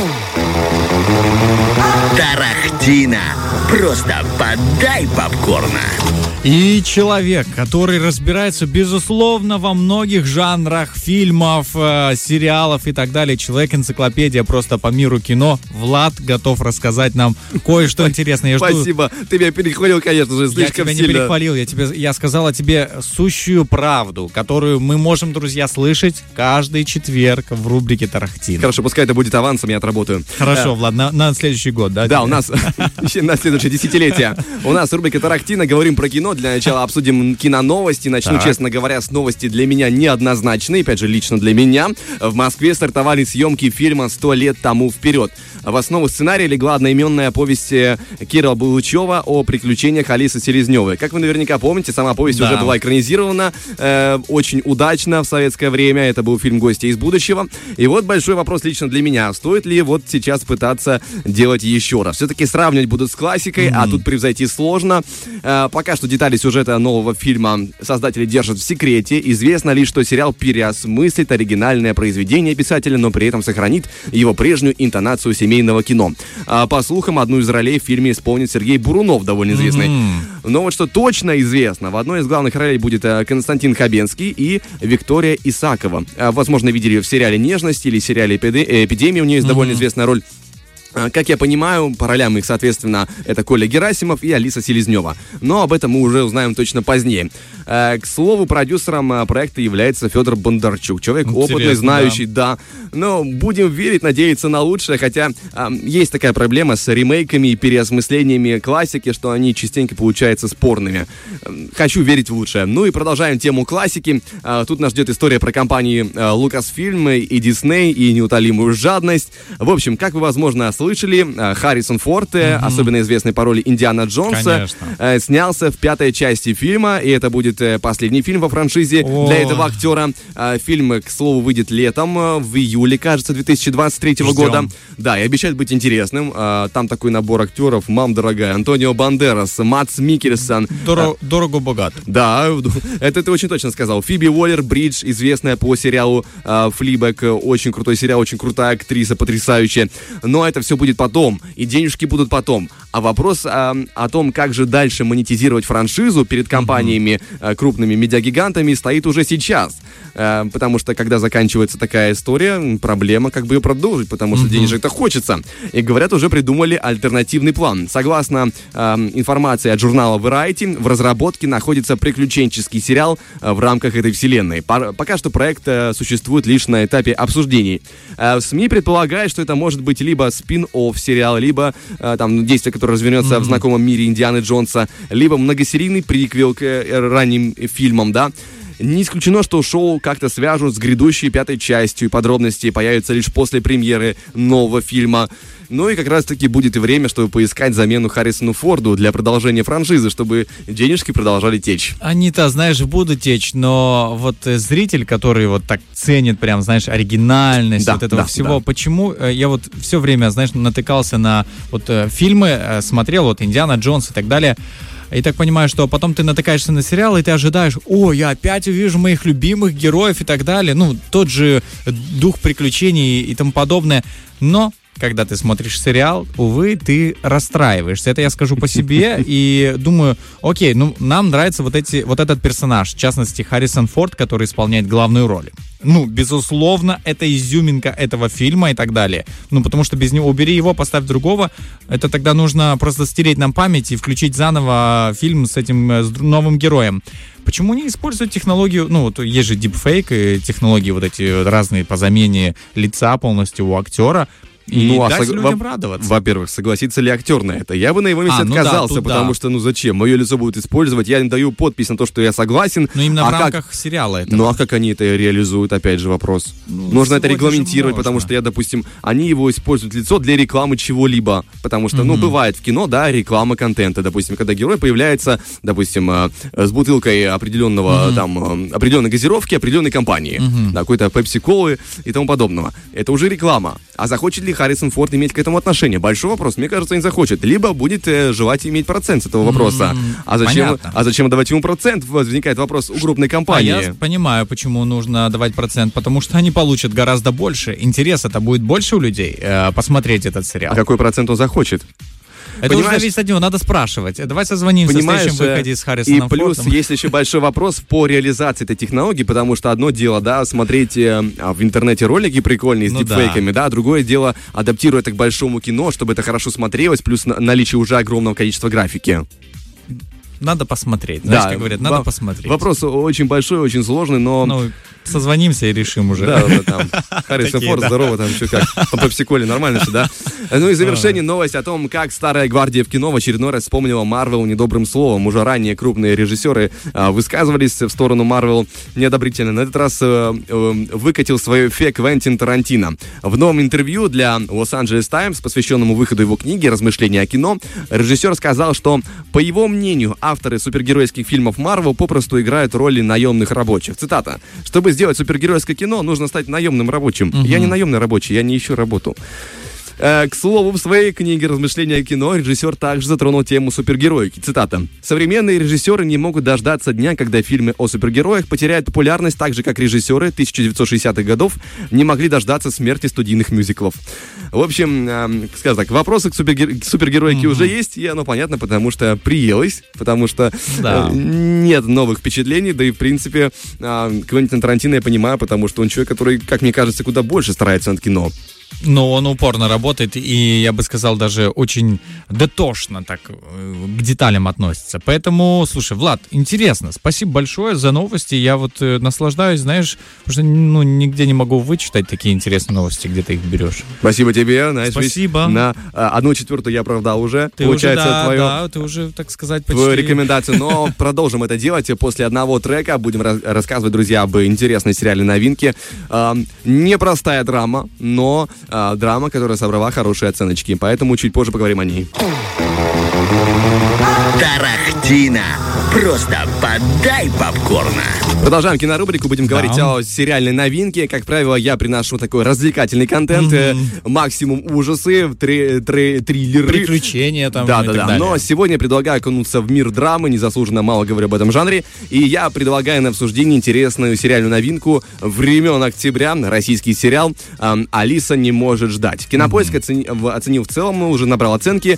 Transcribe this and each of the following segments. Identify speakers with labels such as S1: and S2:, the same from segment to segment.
S1: Тарахтина. Просто подай попкорна.
S2: И человек, который разбирается, безусловно, во многих жанрах фильмов, сериалов и так далее. Человек-энциклопедия просто по миру кино. Влад готов рассказать нам кое-что интересное.
S3: Спасибо. Ты меня перехвалил, конечно же, слишком сильно.
S2: Я тебя не перехвалил. Я сказал о тебе сущую правду, которую мы можем, друзья, слышать каждый четверг в рубрике «Тарахтин».
S3: Хорошо, пускай это будет авансом, я отработаю.
S2: Хорошо, Влад, на следующий год, да?
S3: Да, у нас на следующее десятилетие. У нас рубрика «Тарахтина». Говорим про кино. Для начала обсудим киноновости. Начну, честно говоря, с новости для меня неоднозначной. Опять же, лично для меня. В Москве стартовали съемки фильма «100 лет тому вперед». В основу сценария легла одноименная повесть Кирилла Булычева о приключениях Алисы Селезневой. Как вы наверняка помните, сама повесть уже была экранизирована очень удачно в советское время. Это был фильм «Гости из будущего». И вот большой вопрос лично для меня. Стоит ли вот сейчас пытаться делать еще раз? Все-таки сравнивать будут с классикой, а тут превзойти сложно. Пока что детали сюжета нового фильма создатели держат в секрете. Известно лишь, что сериал переосмыслит оригинальное произведение писателя, но при этом сохранит его прежнюю интонацию семейного кино. По слухам, одну из ролей в фильме исполнит Сергей Бурунов, довольно известный. Но вот что точно известно, в одной из главных ролей будет Константин Хабенский и Виктория Исакова. Возможно, видели ее в сериале «Нежность» или сериале «Эпидемия». У нее есть довольно известная роль. Как я понимаю, по ролям их, соответственно, это Коля Герасимов и Алиса Селезнева. Но об этом мы уже узнаем точно позднее. К слову, продюсером проекта является Федор Бондарчук. Человек опытный, знающий, да. Но будем верить, надеяться на лучшее. Хотя есть такая проблема с ремейками и переосмыслениями классики, что они частенько получаются спорными. Хочу верить в лучшее. Ну и продолжаем тему классики. Тут нас ждет история про компании Lucasfilm и Disney и неутолимую жадность. В общем, как вы, возможно, слышали, Харрисон Форд, особенно известный по роли Индиана Джонса, снялся в 5-й части фильма, и это будет последний фильм во франшизе для этого актера. Фильм, к слову, выйдет летом, в июле, кажется, 2023 года. Да, и обещает быть интересным. Там такой набор актеров, мам дорогая, Антонио Бандерас, Мадс Миккельсон.
S2: Дорого-богато.
S3: Да, это ты очень точно сказал. Фиби Уоллер-Бридж, известная по сериалу «Флибэг», очень крутой сериал, очень крутая актриса, потрясающая. Но это все будет потом, и денежки будут потом. А вопрос о том, как же дальше монетизировать франшизу перед компаниями, крупными медиагигантами, стоит уже сейчас. Потому что, когда заканчивается такая история, проблема как бы ее продолжить, потому что денежек-то хочется. И, говорят, уже придумали альтернативный план. Согласно информации от журнала Variety, в разработке находится приключенческий сериал в рамках этой вселенной. Пока что проект существует лишь на этапе обсуждений. СМИ предполагают, что это может быть либо спин-офф сериал, либо там действие, которое развернется в знакомом мире Индианы Джонса, либо многосерийный приквел к ранним фильмам, да. Не исключено, что шоу как-то свяжут с грядущей 5-й частью, и подробности появятся лишь после премьеры нового фильма. Ну и как раз-таки будет и время, чтобы поискать замену Харрисону Форду для продолжения франшизы, чтобы денежки продолжали течь.
S2: Они-то, знаешь, будут течь, но вот зритель, который вот так ценит прям, знаешь, оригинальность вот этого всего, почему я вот все время, знаешь, натыкался на вот фильмы, смотрел вот «Индиана Джонс» и так далее, и так понимаю, что потом ты натыкаешься на сериал, и ты ожидаешь, я опять увижу моих любимых героев и так далее. Ну, тот же дух приключений и тому подобное. Но когда ты смотришь сериал, увы, ты расстраиваешься. Это я скажу по себе и думаю, окей, ну, нам нравится вот этот персонаж, в частности, Харрисон Форд, который исполняет главную роль. Ну, безусловно, это изюминка этого фильма и так далее. Ну, потому что без него, убери его, поставь другого, это тогда нужно просто стереть нам память и включить заново фильм с этим новым героем. Почему не использовать технологию, ну, вот есть же дипфейк и технологии вот эти разные по замене лица полностью у актера, и дать людям радоваться.
S3: Во-первых, согласится ли актер на это? Я бы на его месте отказался, потому что, зачем? Мое лицо будут использовать, я им даю подпись на то, что я согласен.
S2: Но именно в рамках сериала это.
S3: Ну, а как они это реализуют, опять же, вопрос. Нужно это регламентировать, потому что допустим, они его используют лицо для рекламы чего-либо. Потому что, бывает в кино, да, реклама контента. Допустим, когда герой появляется, допустим, с бутылкой определенной газировки, определенной компании. Какой-то пепси-колы и тому подобного. Это уже реклама. А захочет ли ли Харрисон Форд иметь к этому отношение? Большой вопрос. Мне кажется, не захочет. Либо будет желать иметь процент с этого вопроса. А зачем давать ему процент? Возникает вопрос у крупной компании.
S2: Я понимаю, почему нужно давать процент. Потому что они получат гораздо больше. Интереса-то будет больше у людей посмотреть этот сериал.
S3: А какой процент он захочет?
S2: Это уже зависит от него, надо спрашивать. Давай созвонимся в следующем выходе с Харрисоном Фордом.
S3: И плюс есть еще большой вопрос по реализации этой технологии, потому что одно дело, да, смотреть в интернете ролики прикольные с дипфейками, да, другое дело адаптировать это к большому кино, чтобы это хорошо смотрелось, плюс наличие уже огромного количества графики.
S2: Надо посмотреть, знаешь, как говорят, надо посмотреть.
S3: Вопрос очень большой, очень сложный, но...
S2: Созвонимся и решим уже.
S3: Да, там, Харрисон Форд, здорово, там, что как, по пепси-коле, нормально все, да? Ну и в завершение новость о том, как старая гвардия в кино в очередной раз вспомнила Марвел недобрым словом. Уже ранее крупные режиссеры высказывались в сторону Марвел неодобрительно. На этот раз выкатил свое эффе Квентин Тарантино. В новом интервью для Лос-Анджелес Таймс, посвященному выходу его книги «Размышления о кино», режиссер сказал, что, по его мнению, авторы супергеройских фильмов Марвел попросту играют роли наемных рабочих. Цитата. «Чтобы сделать супергеройское кино, нужно стать наемным рабочим. Я не наемный рабочий, я не ищу работу». К слову, в своей книге «Размышления о кино» режиссер также затронул тему супергероики. Цитата. «Современные режиссеры не могут дождаться дня, когда фильмы о супергероях потеряют популярность, так же, как режиссеры 1960-х годов не могли дождаться смерти студийных мюзиклов». В общем, скажем так, вопросы к супергеройке уже есть, и оно понятно, потому что приелось, потому что нет новых впечатлений, да и, в принципе, Квентин Тарантино я понимаю, потому что он человек, который, как мне кажется, куда больше старается над кино.
S2: Но он упорно работает, и, я бы сказал, даже очень дотошно так к деталям относится. Поэтому, слушай, Влад, интересно, спасибо большое за новости. Я вот наслаждаюсь, знаешь, уже нигде не могу вычитать такие интересные новости, где ты их берешь.
S3: Спасибо тебе.
S2: Спасибо.
S3: На 1/4 я оправдал уже.
S2: Ты
S3: получается,
S2: уже,
S3: твою,
S2: да, ты уже, так сказать, почти...
S3: твою рекомендацию. Но продолжим это делать после одного трека. Будем рассказывать, друзья, об интересной сериальной новинке. Непростая драма, но... драма, которая собрала хорошие оценочки, поэтому чуть позже поговорим о ней.
S1: Тарахтина. Просто подай попкорна.
S3: Продолжаем кинорубрику, будем говорить о сериальной новинке. Как правило, я приношу такой развлекательный контент, максимум ужасы, триллеры.
S2: Приключения там и так далее.
S3: Но сегодня я предлагаю окунуться в мир драмы, незаслуженно мало говорю об этом жанре, и я предлагаю на обсуждение интересную сериальную новинку времен октября, российский сериал «Алиса не может ждать». Кинопоиск оценил в целом, уже набрал оценки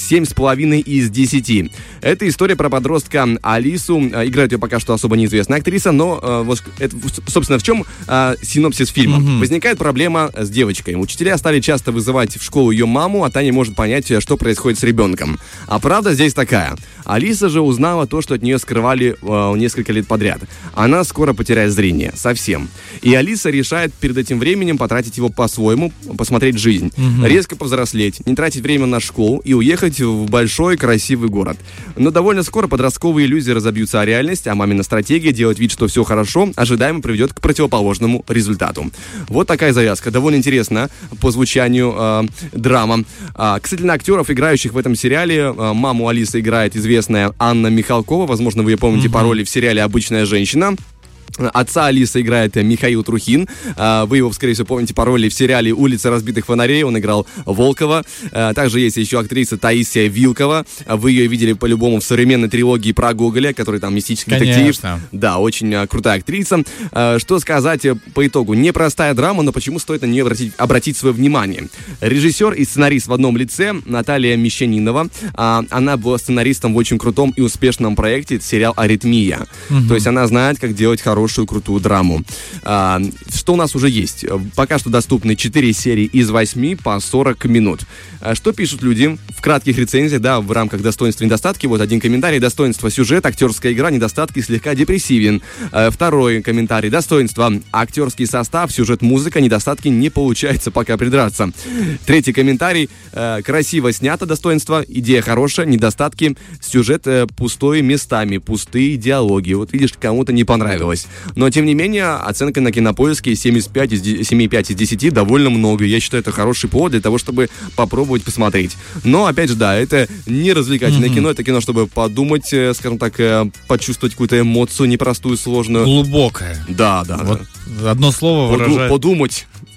S3: 7,5 из 10. Это история про подростка Алису, играет ее пока что особо неизвестная актриса, но вот это, собственно, в чем синопсис фильма. Возникает проблема с девочкой. Учителя стали часто вызывать в школу ее маму, а та не может понять, что происходит с ребенком. А правда здесь такая. Алиса же узнала то, что от нее скрывали несколько лет подряд. Она скоро потеряет зрение. Совсем. И Алиса решает перед этим временем потратить его по-своему, посмотреть жизнь. Резко повзрослеть, не тратить время на школу и уехать в большой красивый город. Но довольно скоро подростковые иллюзии разобьются о реальность, а мамина стратегия делать вид, что все хорошо, ожидаемо приведет к противоположному результату. Вот такая завязка. Довольно интересно по звучанию драма. Кстати, на актеров, играющих в этом сериале, маму Алисы играет известная Анна Михалкова. Возможно, вы ее помните по роли в сериале «Обычная женщина». Отца Алисы играет Михаил Трухин. Вы его, скорее всего, помните по роли в сериале «Улица разбитых фонарей». Он играл Волкова. Также есть еще актриса Таисия Вилкова. Вы ее видели по-любому в современной трилогии про Гоголя, который там мистический детектив. Да, очень крутая актриса. Что сказать по итогу? Непростая драма, но почему стоит на нее обратить свое внимание? Режиссер и сценарист в одном лице Наталья Мещанинова. Она была сценаристом в очень крутом и успешном проекте. Это сериал «Аритмия». То есть она знает, как делать хорошую, крутую драму. Что у нас уже есть? Пока что доступны 4 серии из 8 по 40 минут. Что пишут люди в кратких рецензиях, да, в рамках достоинства и недостатки? Вот один комментарий: достоинство — сюжет, актерская игра, недостатки — слегка депрессивен. Второй комментарий: достоинство — актерский состав, сюжет, музыка, недостатки — не получается пока придраться. Третий комментарий: красиво снято, достоинство, идея хорошая, недостатки, сюжет пустой местами, пустые диалоги. Вот видишь, кому-то не понравилось. Но, тем не менее, оценка на Кинопоиске 7,5 из 10 довольно много. Я считаю, это хороший повод для того, чтобы попробовать посмотреть. Но, опять же, да, это не развлекательное кино, это кино, чтобы подумать, скажем так, почувствовать какую-то эмоцию непростую, сложную.
S2: Глубокое.
S3: Да.
S2: Вот одно слово выражает.
S3: Подумать.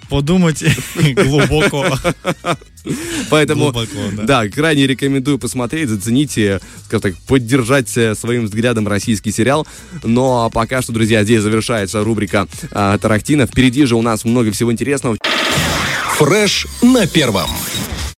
S2: подумать глубоко.
S3: Поэтому, да, крайне рекомендую посмотреть, зацените, скажем так, поддержать своим взглядом российский сериал. Но пока что, друзья, здесь завершается рубрика Тарахтина. Впереди же у нас много всего интересного.
S4: Фреш на первом.